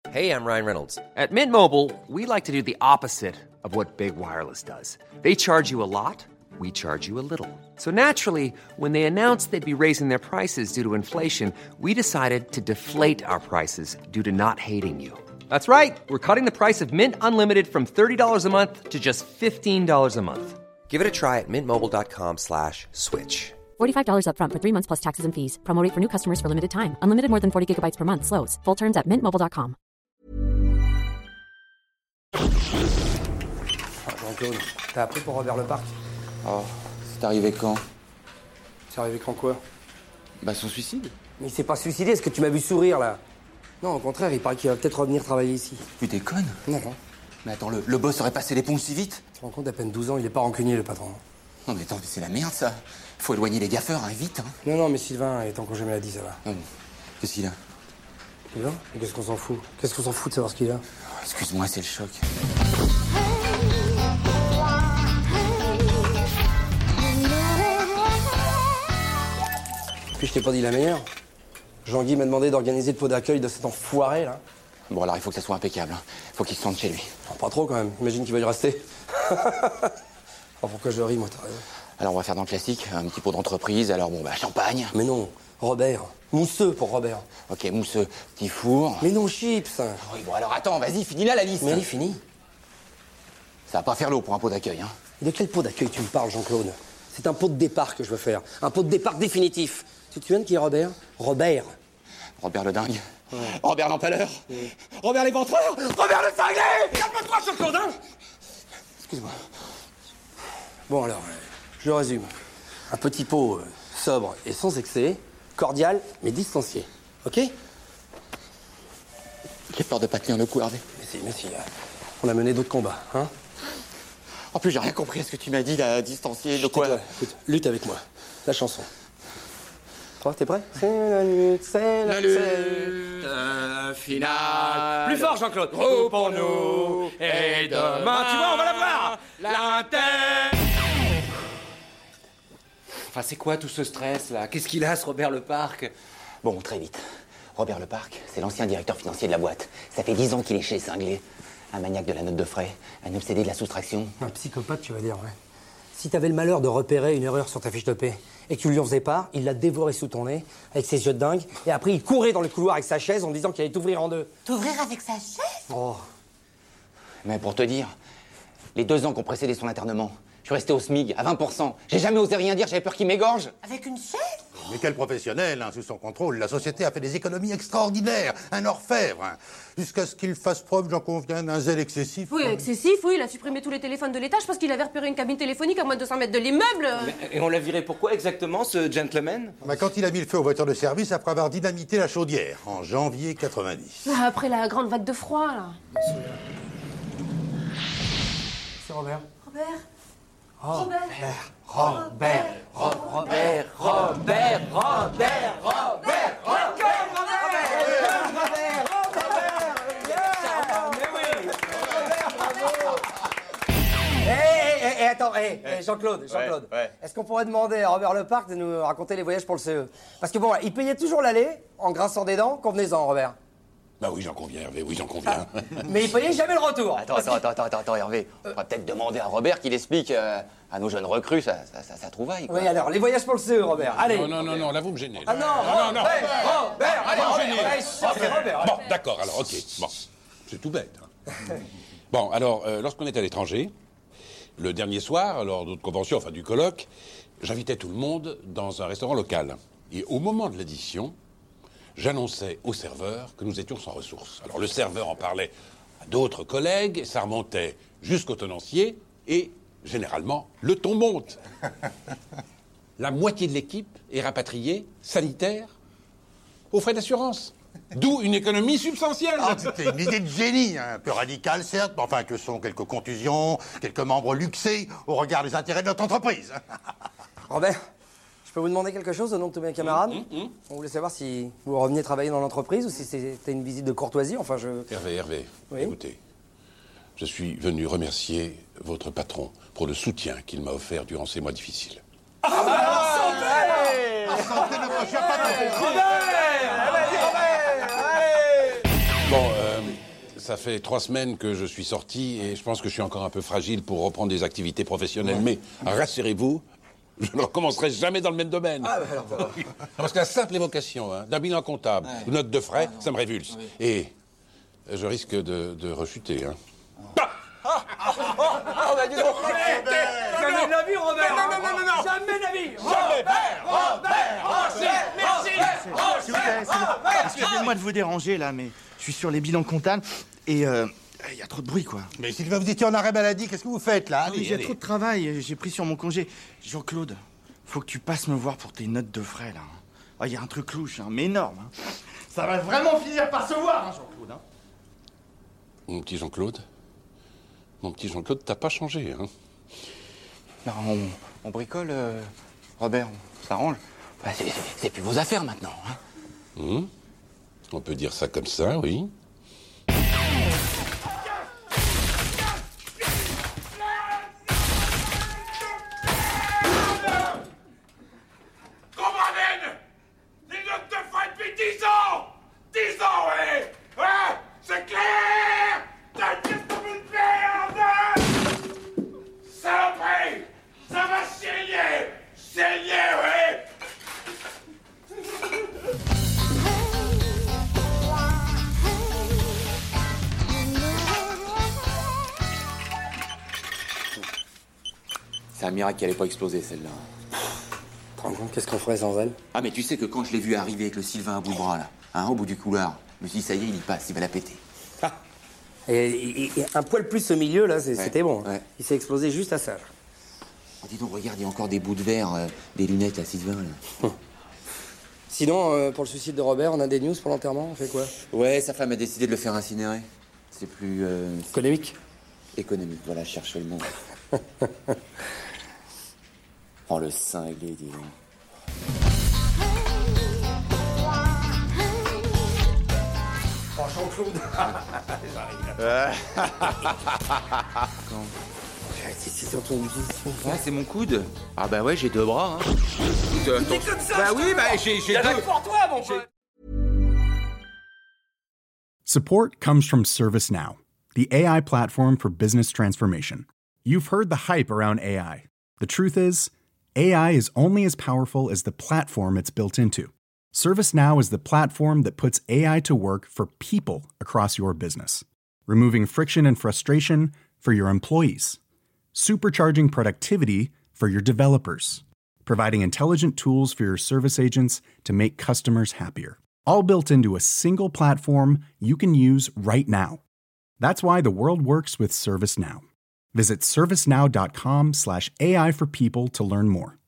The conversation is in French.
Hey, I'm Ryan Reynolds. At Mint Mobile, we like to do the opposite of what Big Wireless does. They charge you a lot, we charge you a little. So naturally, when they announced they'd be raising their prices due to inflation, we decided to deflate our prices due to not hating you. That's right. We're cutting the price of Mint Unlimited from $30 a month to just $15 a month. Give it a try at mintmobile.com/switch. $45 up front for 3 months plus taxes and fees. Promo rate for new customers for limited time. Unlimited more than 40 gigabytes per month. Slows full terms at mintmobile.com. Jean-Claude, t'as appris pour Robert Leparc? Oh, c'est arrivé quand? C'est arrivé quand quoi? Bah son suicide. Mais il s'est pas suicidé, est-ce que tu m'as vu sourire là? Non, au contraire, il paraît qu'il va peut-être revenir travailler ici. Tu déconnes? Non. Mais attends, le boss aurait passé l'éponge si vite? Tu te rends compte, à peine 12 ans, il est pas rancunier le patron. Non mais attends, c'est la merde ça. Faut éloigner les gaffeurs, hein, vite. Hein. Non, mais Sylvain est en congé maladie, ça va. Ah bon. Qu'est-ce qu'il a? Sylvain? Mais qu'est-ce qu'on s'en fout? Qu'est-ce qu'on s'en fout de savoir ce qu'il a? Oh, excuse-moi, c'est le choc. Puis je t'ai pas dit la meilleure. Jean-Guy m'a demandé d'organiser le pot d'accueil de cet enfoiré là. Bon alors il faut que ça soit impeccable. Hein. Faut qu'il se sente chez lui. Oh, pas trop quand même, imagine qu'il va y rester. Oh, pourquoi je ris, moi, t'as raison. Alors on va faire dans le classique, un petit pot d'entreprise, alors bon bah champagne. Mais non, Robert. Mousseux pour Robert. Ok, mousseux, petit four. Mais non, chips. Oui bon alors attends, vas-y, finis là la liste. Mais elle est finie. Ça va pas faire l'eau pour un pot d'accueil, hein. De quel pot d'accueil tu me parles, Jean-Claude? C'est un pot de départ que je veux faire. Un pot de départ définitif. Tu te souviens de qui est Robert? Robert. Robert le dingue. Ouais. Robert l'empaleur. Robert l'éventreur. Robert le cinglé. Calme-toi, Jean-Claude, hein. Excuse-moi. Bon alors, je résume. Un petit pot sobre et sans excès, cordial mais distancié. Ok? J'ai peur de pas tenir le coup, Hervé. Mais si, on a mené d'autres combats, hein? En plus, j'ai rien compris à ce que tu m'as dit, là, distancié, de quoi? Écoute, lutte avec moi. La chanson. Toi, t'es prêt? C'est la lutte, c'est la lutte. Finale. Plus fort, Jean-Claude. Groupons-nous et demain, tu vois, on va la voir. L'Inter. Enfin, c'est quoi tout ce stress là? Qu'est-ce qu'il a, ce Robert Leparc? Bon, très vite. Robert Leparc, c'est l'ancien directeur financier de la boîte. Ça fait 10 ans qu'il est chez les cinglés. Un maniaque de la note de frais, un obsédé de la soustraction. Un psychopathe, tu vas dire, ouais. Si t'avais le malheur de repérer une erreur sur ta fiche de paie et que tu lui en faisais part, il l'a dévoré sous ton nez avec ses yeux de dingue et après il courait dans le couloir avec sa chaise en disant qu'il allait t'ouvrir en deux. T'ouvrir avec sa chaise? Oh. Mais pour te dire, les 2 ans qui ont précédé son internement, je suis resté au SMIC à 20%. J'ai jamais osé rien dire, j'avais peur qu'il m'égorge. Avec une chaise? Mais quel professionnel, hein, sous son contrôle. La société a fait des économies extraordinaires, un orfèvre. Hein, jusqu'à ce qu'il fasse preuve, j'en conviens, d'un zèle excessif. Oui, excessif, oui, il a supprimé tous les téléphones de l'étage parce qu'il avait repéré une cabine téléphonique à moins de 200 mètres de l'immeuble. Et on l'a viré pourquoi exactement, ce gentleman? Bah, quand il a mis le feu aux voitures de service après avoir dynamité la chaudière, en janvier 90. Après la grande vague de froid, là. C'est Robert. Robert. Robert. Robert. Attends, Jean-Claude, Ouais. est-ce qu'on pourrait demander à Robert Leparc de nous raconter les voyages pour le CE? Parce que bon, il payait toujours l'aller, en grinçant des dents, convenez-en, Robert. Bah oui, j'en conviens, Hervé, oui, j'en conviens. Mais il payait jamais le retour. Attends, Hervé. On va peut-être demander à Robert qu'il explique à nos jeunes recrues sa trouvaille, quoi. Oui, alors, les voyages pour le CE, Robert, allez. Non, là, vous me gênez. Ah non, Robert, allez, Robert. Bon, d'accord, alors, ok. Bon, c'est tout bête. Hein. Bon, alors, lorsqu'on est à l'étranger, le dernier soir, lors d'autres conventions, enfin du colloque, j'invitais tout le monde dans un restaurant local. Et au moment de l'addition, j'annonçais au serveur que nous étions sans ressources. Alors le serveur en parlait à d'autres collègues, ça remontait jusqu'au tenancier, et généralement, le ton monte. La moitié de l'équipe est rapatriée, sanitaire, aux frais d'assurance. D'où une économie substantielle. Ah, c'était une idée de génie, hein, un peu radicale certes, mais enfin que sont quelques contusions, quelques membres luxés au regard des intérêts de notre entreprise. Robert, je peux vous demander quelque chose au nom de tous mes camarades? On voulait savoir si vous reveniez travailler dans l'entreprise ou si c'était une visite de courtoisie, enfin je... Hervé, oui? Écoutez, je suis venu remercier votre patron pour le soutien qu'il m'a offert durant ces mois difficiles. Santé ne prochain pas. Bon, Ça fait 3 semaines que je suis sorti et je pense que je suis encore un peu fragile pour reprendre des activités professionnelles. Mais rassurez-vous, je ne recommencerai jamais dans le même domaine. Ah, bah alors, Parce que la simple évocation d'un bilan comptable, de note de frais, ça me révulse. Et je risque de rechuter. Hein. Jamais de la vie, Robert. Non. Jamais de la vie. Robert. Merci. S'il vous plaît. Excusez-moi de vous déranger, là, mais je suis sur les bilans comptables et il y a trop de bruit, quoi. Mais Sylvain, vous étiez en arrêt maladie, qu'est-ce que vous faites, là? J'ai trop de travail, j'ai pris sur mon congé. Jean-Claude, faut que tu passes me voir pour tes notes de frais, là. Ah, il y a un truc louche, hein, mais énorme. Hein. Ça va vraiment finir par se voir, hein, Jean-Claude. Hein. Mon petit Jean-Claude, t'as pas changé, hein? Non, on bricole, Robert, on s'arrange. Bah, c'est plus vos affaires maintenant. Hein. On peut dire ça comme ça, oui. Qu'on m'amène les notes de frais depuis 10 ans. 10 ans, oui. Hein? C'est clair. Qu'est-ce que vous merde? Saloperie. Ça va saigner. Saigner, oui. C'est un miracle qu'elle n'ait pas explosé, celle-là. te rends compte, qu'est-ce qu'on ferait sans elle? Ah, mais tu sais que quand je l'ai vu arriver avec le Sylvain à bout de bras, là, hein, au bout du couloir, je me suis dit, ça y est, il y passe, il va la péter. Ah. Et un poil plus au milieu, là, c'était bon. Ouais. Il s'est explosé juste à ça. Oh, dis donc, regarde, il y a encore des bouts de verre, des lunettes à Sylvain, là. Sinon, pour le suicide de Robert, on a des news pour l'enterrement, on fait quoi? Ouais, sa femme a décidé de le faire incinérer. C'est plus... Économique? Économique, voilà, je cherche le mot. Oh, le cinglé, dis donc. Jean-Claude. C'est sur ton... Ouais, c'est mon coude. Ah bah ouais, j'ai deux bras, hein. T'es comme ça, bah oui, bah j'ai deux... pour toi, mon pote. Support comes from ServiceNow, the AI platform for business transformation. You've heard the hype around AI. The truth is, AI is only as powerful as the platform it's built into. ServiceNow is the platform that puts AI to work for people across your business, removing friction and frustration for your employees, supercharging productivity for your developers, providing intelligent tools for your service agents to make customers happier, all built into a single platform you can use right now. That's why the world works with ServiceNow. Visit servicenow.com/AI for people to learn more.